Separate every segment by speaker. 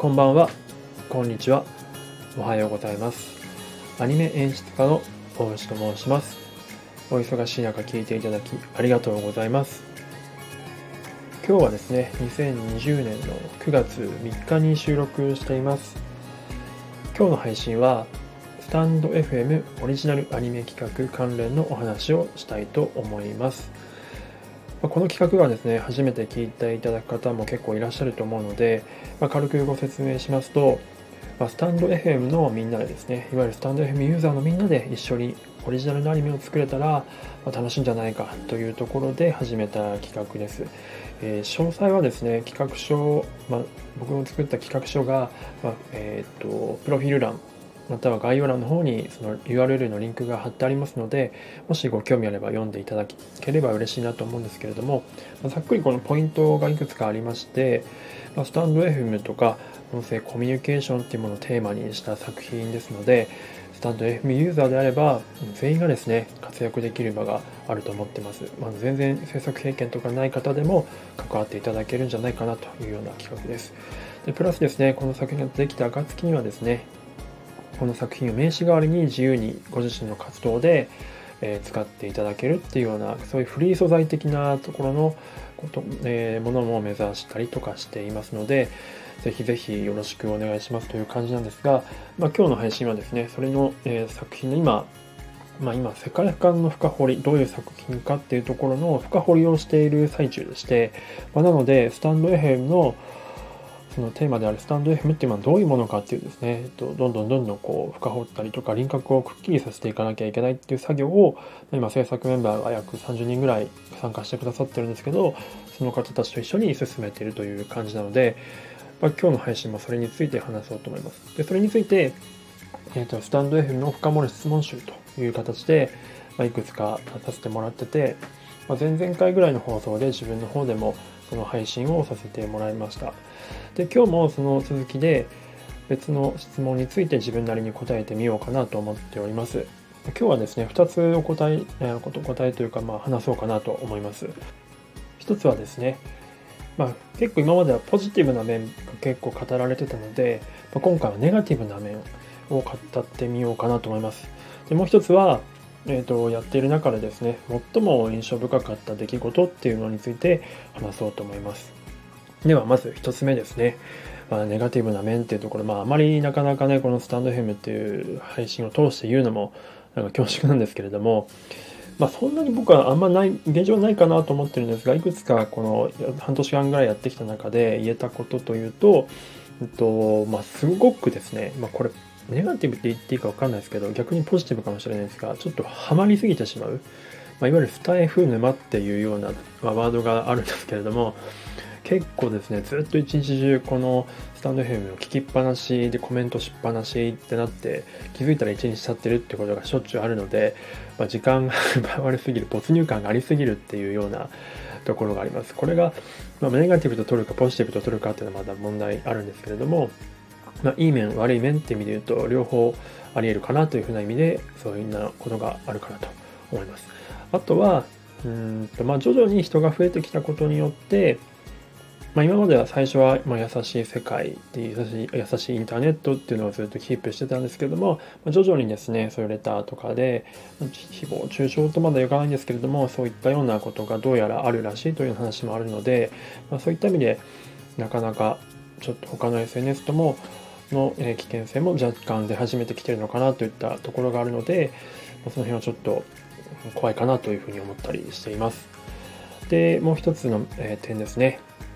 Speaker 1: こんばんは、こんにちは、おはようございます。アニメ演出家の大牛と申します。お忙しい中聞いていただきありがとうございます。今日はですね、2020年の9月3日に収録しています。今日の配信はスタンド FM オリジナルアニメ企画関連のお話をしたいと思います。この企画はですね、初めて聞いていただく方も結構いらっしゃると思うので、軽くご説明しますと、スタンド FM のみんなでですね、いわゆるスタンド FM ユーザーのみんなで一緒にオリジナルのアニメを作れたら楽しいんじゃないかというところで始めた企画です。詳細はですね、企画書、僕の作った企画書が、プロフィール欄または概要欄の方にその URL のリンクが貼ってありますので、もしご興味あれば読んでいただければ嬉しいなと思うんですけれども、ざっくりこのポイントがいくつかありまして、スタンド FM とか音声コミュニケーションっていうものをテーマにした作品ですので、スタンド FM ユーザーであれば全員がですね活躍できる場があると思ってます。全然制作経験とかない方でも関わっていただけるんじゃないかなというような企画です。でプラスですね、この作品ができた暁にはですね、この作品を名刺代わりに自由にご自身の活動で使っていただけるっていうような、そういうフリー素材的なところのものも目指したりとかしていますので、ぜひぜひよろしくお願いしますという感じなんですが、今日の配信はですね、それの作品の今世界観の深掘り、どういう作品かっていうところの深掘りをしている最中でして、なのでスタンド FM のそのテーマであるスタンド FM っていうのはどういうものかっていうですね、どんどんこう深掘ったりとか輪郭をくっきりさせていかなきゃいけないっていう作業を、今制作メンバーが約30人ぐらい参加してくださってるんですけど、その方たちと一緒に進めているという感じなので、今日の配信もそれについて話そうと思います。でそれについて、スタンド FM の深掘り質問集という形で、いくつかさせてもらってて、前々回ぐらいの放送で自分の方でもその配信をさせてもらいました。で今日もその続きで別の質問について自分なりに答えてみようかなと思っております。今日はですね、2つお答えというか話そうかなと思います。一つはですね、結構今まではポジティブな面が結構語られてたので、今回はネガティブな面を語ってみようかなと思います。でもう一つはやっている中でですね、最も印象深かった出来事っていうのについて話そうと思います。ではまず一つ目ですね、ネガティブな面っていうところ、あまりなかなかね、このスタンド FM っていう配信を通して言うのも恐縮なんですけれども、そんなに僕はあんま現状ないかなと思ってるんですが、いくつかこの半年間ぐらいやってきた中で言えたことというと、すごくですね、これネガティブって言っていいか分かんないですけど、逆にポジティブかもしれないですが、ちょっとハマりすぎてしまう、いわゆるスタイフ沼っていうような、ワードがあるんですけれども、結構ですね、ずっと一日中このスタンド FM を聞きっぱなしでコメントしっぱなしってなって、気づいたら一日経ってるってことがしょっちゅうあるので、時間が奪われすぎる、没入感がありすぎるっていうようなところがあります。これが、ネガティブと取るかポジティブと取るかっていうのはまだ問題あるんですけれども、いい面悪い面っていう意味で言うと両方あり得るかなというふうな意味で、そういうようなことがあるかなと思います。あとは徐々に人が増えてきたことによって、今までは最初は優しい世界で優しいインターネットっていうのをずっとキープしてたんですけれども、徐々にですね、そういうレターとかで誹謗中傷とまだ言わないんですけれども、そういったようなことがどうやらあるらしいという話もあるので、そういった意味でなかなかちょっと他の SNS ともの危険性も若干出始めてきているのかなといったところがあるので、その辺はちょっと怖いかなというふうに思ったりしています。でもう一つの点ですね、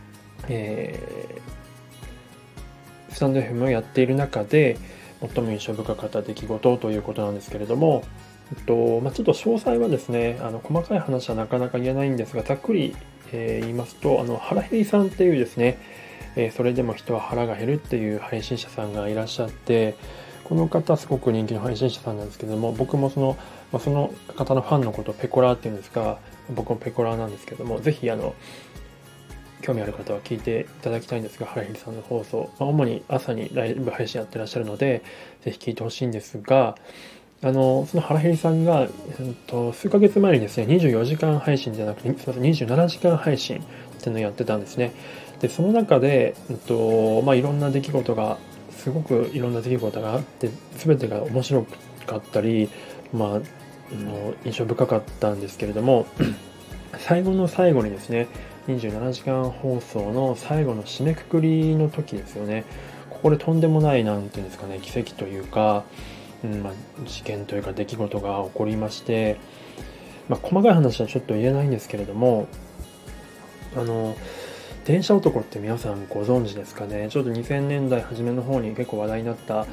Speaker 1: スタンド FM をやっている中で最も印象深かった出来事ということなんですけれども、ちょっと詳細はですね、細かい話はなかなか言えないんですが、ざっくり、言いますと、腹減りさんっていうですね、それでも人は腹が減るっていう配信者さんがいらっしゃって、この方すごく人気の配信者さんなんですけども、僕もその方のファンのことをペコラーっていうんですが、僕もペコラーなんですけども、ぜひ興味ある方は聞いていただきたいんですが、原秀さんの放送、主に朝にライブ配信やってらっしゃるので、ぜひ聞いてほしいんですが、その原秀さんが、数ヶ月前にですね、24時間配信じゃなくて、27時間配信っていうのをやってたんですね。 でその中で、いろんな出来事がすごくいろんな出来事があって、全てが面白かったり、印象深かったんですけれども最後の最後にですね、27時間放送の最後の締めくくりの時ですよね。ここでとんでもない、なんていうんですかね、奇跡というか、事件というか出来事が起こりまして、細かい話はちょっと言えないんですけれども、電車男って皆さんご存知ですかね。ちょっと2000年代初めの方に結構話題になった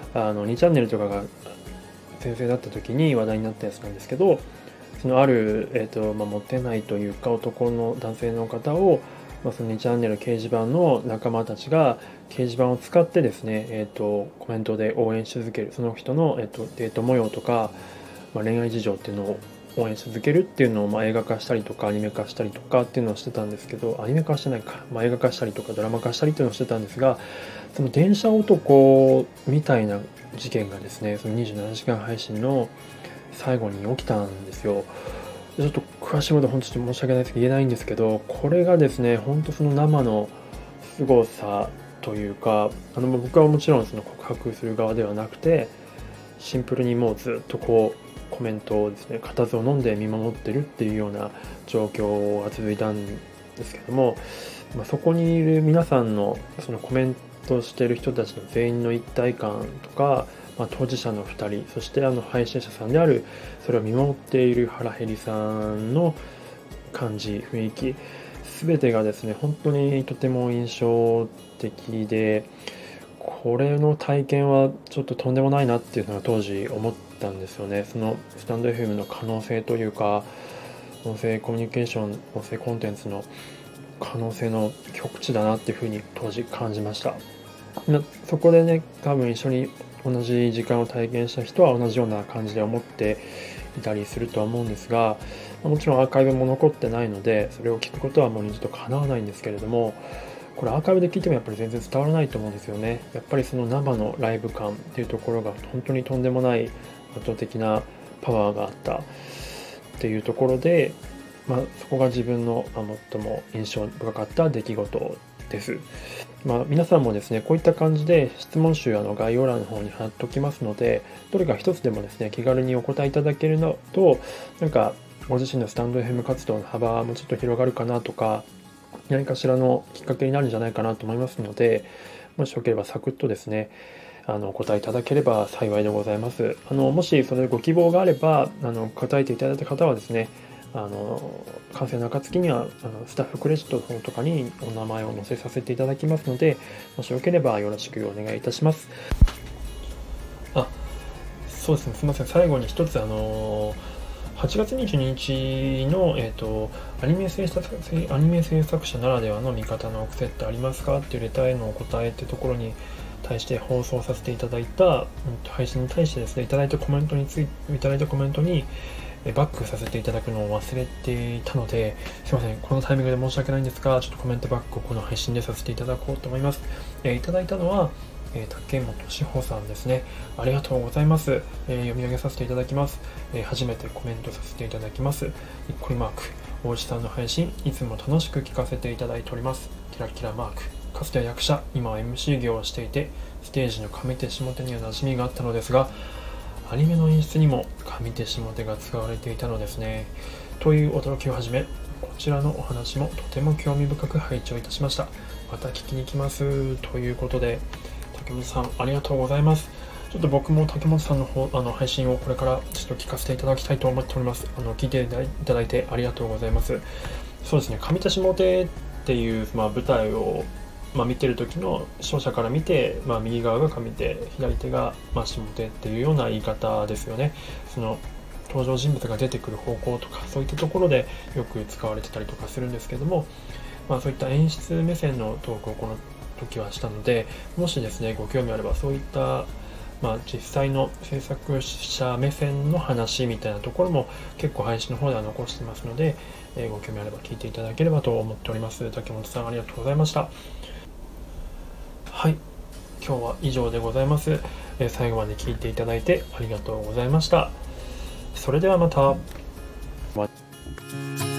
Speaker 1: 2チャンネルとかが先生だった時に話題になったやつなんですけど、そのある、モテないというか男性の方を、その2チャンネル掲示板の仲間たちが掲示板を使ってですね、コメントで応援し続ける、その人の、デート模様とか、恋愛事情っていうのを応援し続けるっていうのを、映画化したりとかアニメ化したりとかっていうのをしてたんですけど、アニメ化してないか、映画化したりとかドラマ化したりっていうのをしてたんですが、その電車男みたいな事件がですね、その27時間配信の最後に起きたんですよ。ちょっと詳しいこと本当に申し訳ないですけど言えないんですけど、これがですね、本当その生の凄さというか、僕はもちろんその告白する側ではなくて、シンプルにもうずっとコメントをですね、固唾を飲んで見守ってるっていうような状況が続いたんですけども、そこにいる皆さんのそのコメントしている人たちの全員の一体感とか、当事者の2人、そして配信者さんであるそれを見守っている原ヘリさんの感じ、雰囲気、全てがですね、本当にとても印象的で、これの体験はちょっととんでもないなっていうのが当時思ったんですよね。そのスタンド FM の可能性というか、音声コミュニケーション、音声コンテンツの可能性の極致だなっていうふうに当時感じました。そこでね、多分一緒に同じ時間を体験した人は同じような感じで思っていたりするとは思うんですが、もちろんアーカイブも残ってないので、それを聞くことはもう二度と叶わないんですけれども、これアーカイブで聞いてもやっぱり全然伝わらないと思うんですよね。やっぱりその生のライブ感っていうところが本当にとんでもない圧倒的なパワーがあったっていうところで、そこが自分の最も印象深かった出来事です。皆さんもですね、こういった感じで質問集概要欄の方に貼っておきますので、どれか一つでもですね、気軽にお答えいただけるのと、ご自身のスタンド FM 活動の幅もちょっと広がるかなとか、何かしらのきっかけになるんじゃないかなと思いますので、もしよければサクッとですね、お答えいただければ幸いでございます。もしそれご希望があれば、答えていただいた方はですね、完成の暁にはスタッフクレジットの方とかにお名前を載せさせていただきますので、もしよければよろしくお願いいたします。そうですね、すみません。最後に一つ8月22日の、アニメ制作者ならではの見方の癖ってありますかっていうレターへのお答えってところに対して放送させていただいた、配信に対してですね、いただいたコメントにバックさせていただくのを忘れていたので、すいません、このタイミングで申し訳ないんですが、ちょっとコメントバックをこの配信でさせていただこうと思います。いただいたのは、竹本志保さんですね。ありがとうございます。読み上げさせていただきます。初めてコメントさせていただきます。にっこりマーク。大内さんの配信、いつも楽しく聞かせていただいております。キラキラマーク。かつては役者、今は MC 業をしていて、ステージの上手下手には馴染みがあったのですが、アニメの演出にも上手下手が使われていたのですね。という驚きをはじめ、こちらのお話もとても興味深く拝聴いたしました。また聞きに来ます。ということで、竹本さんありがとうございます。ちょっと僕も竹本さんの方配信をこれからちょっと聞かせていただきたいと思っております。聞いていただいてありがとうございます。そうですね、上手下手っていう、舞台を見てる時の視聴者から見て、右側が上手、左手が下手っていうような言い方ですよね。その登場人物が出てくる方向とか、そういったところでよく使われてたりとかするんですけども、そういった演出目線のトークをこの時はしたので、もしですねご興味あれば、そういった実際の制作者目線の話みたいなところも結構配信の方では残してますので、ご興味あれば聞いていただければと思っております。竹本さんありがとうございました。はい、今日は以上でございます。最後まで聞いていただいてありがとうございました。それではまた。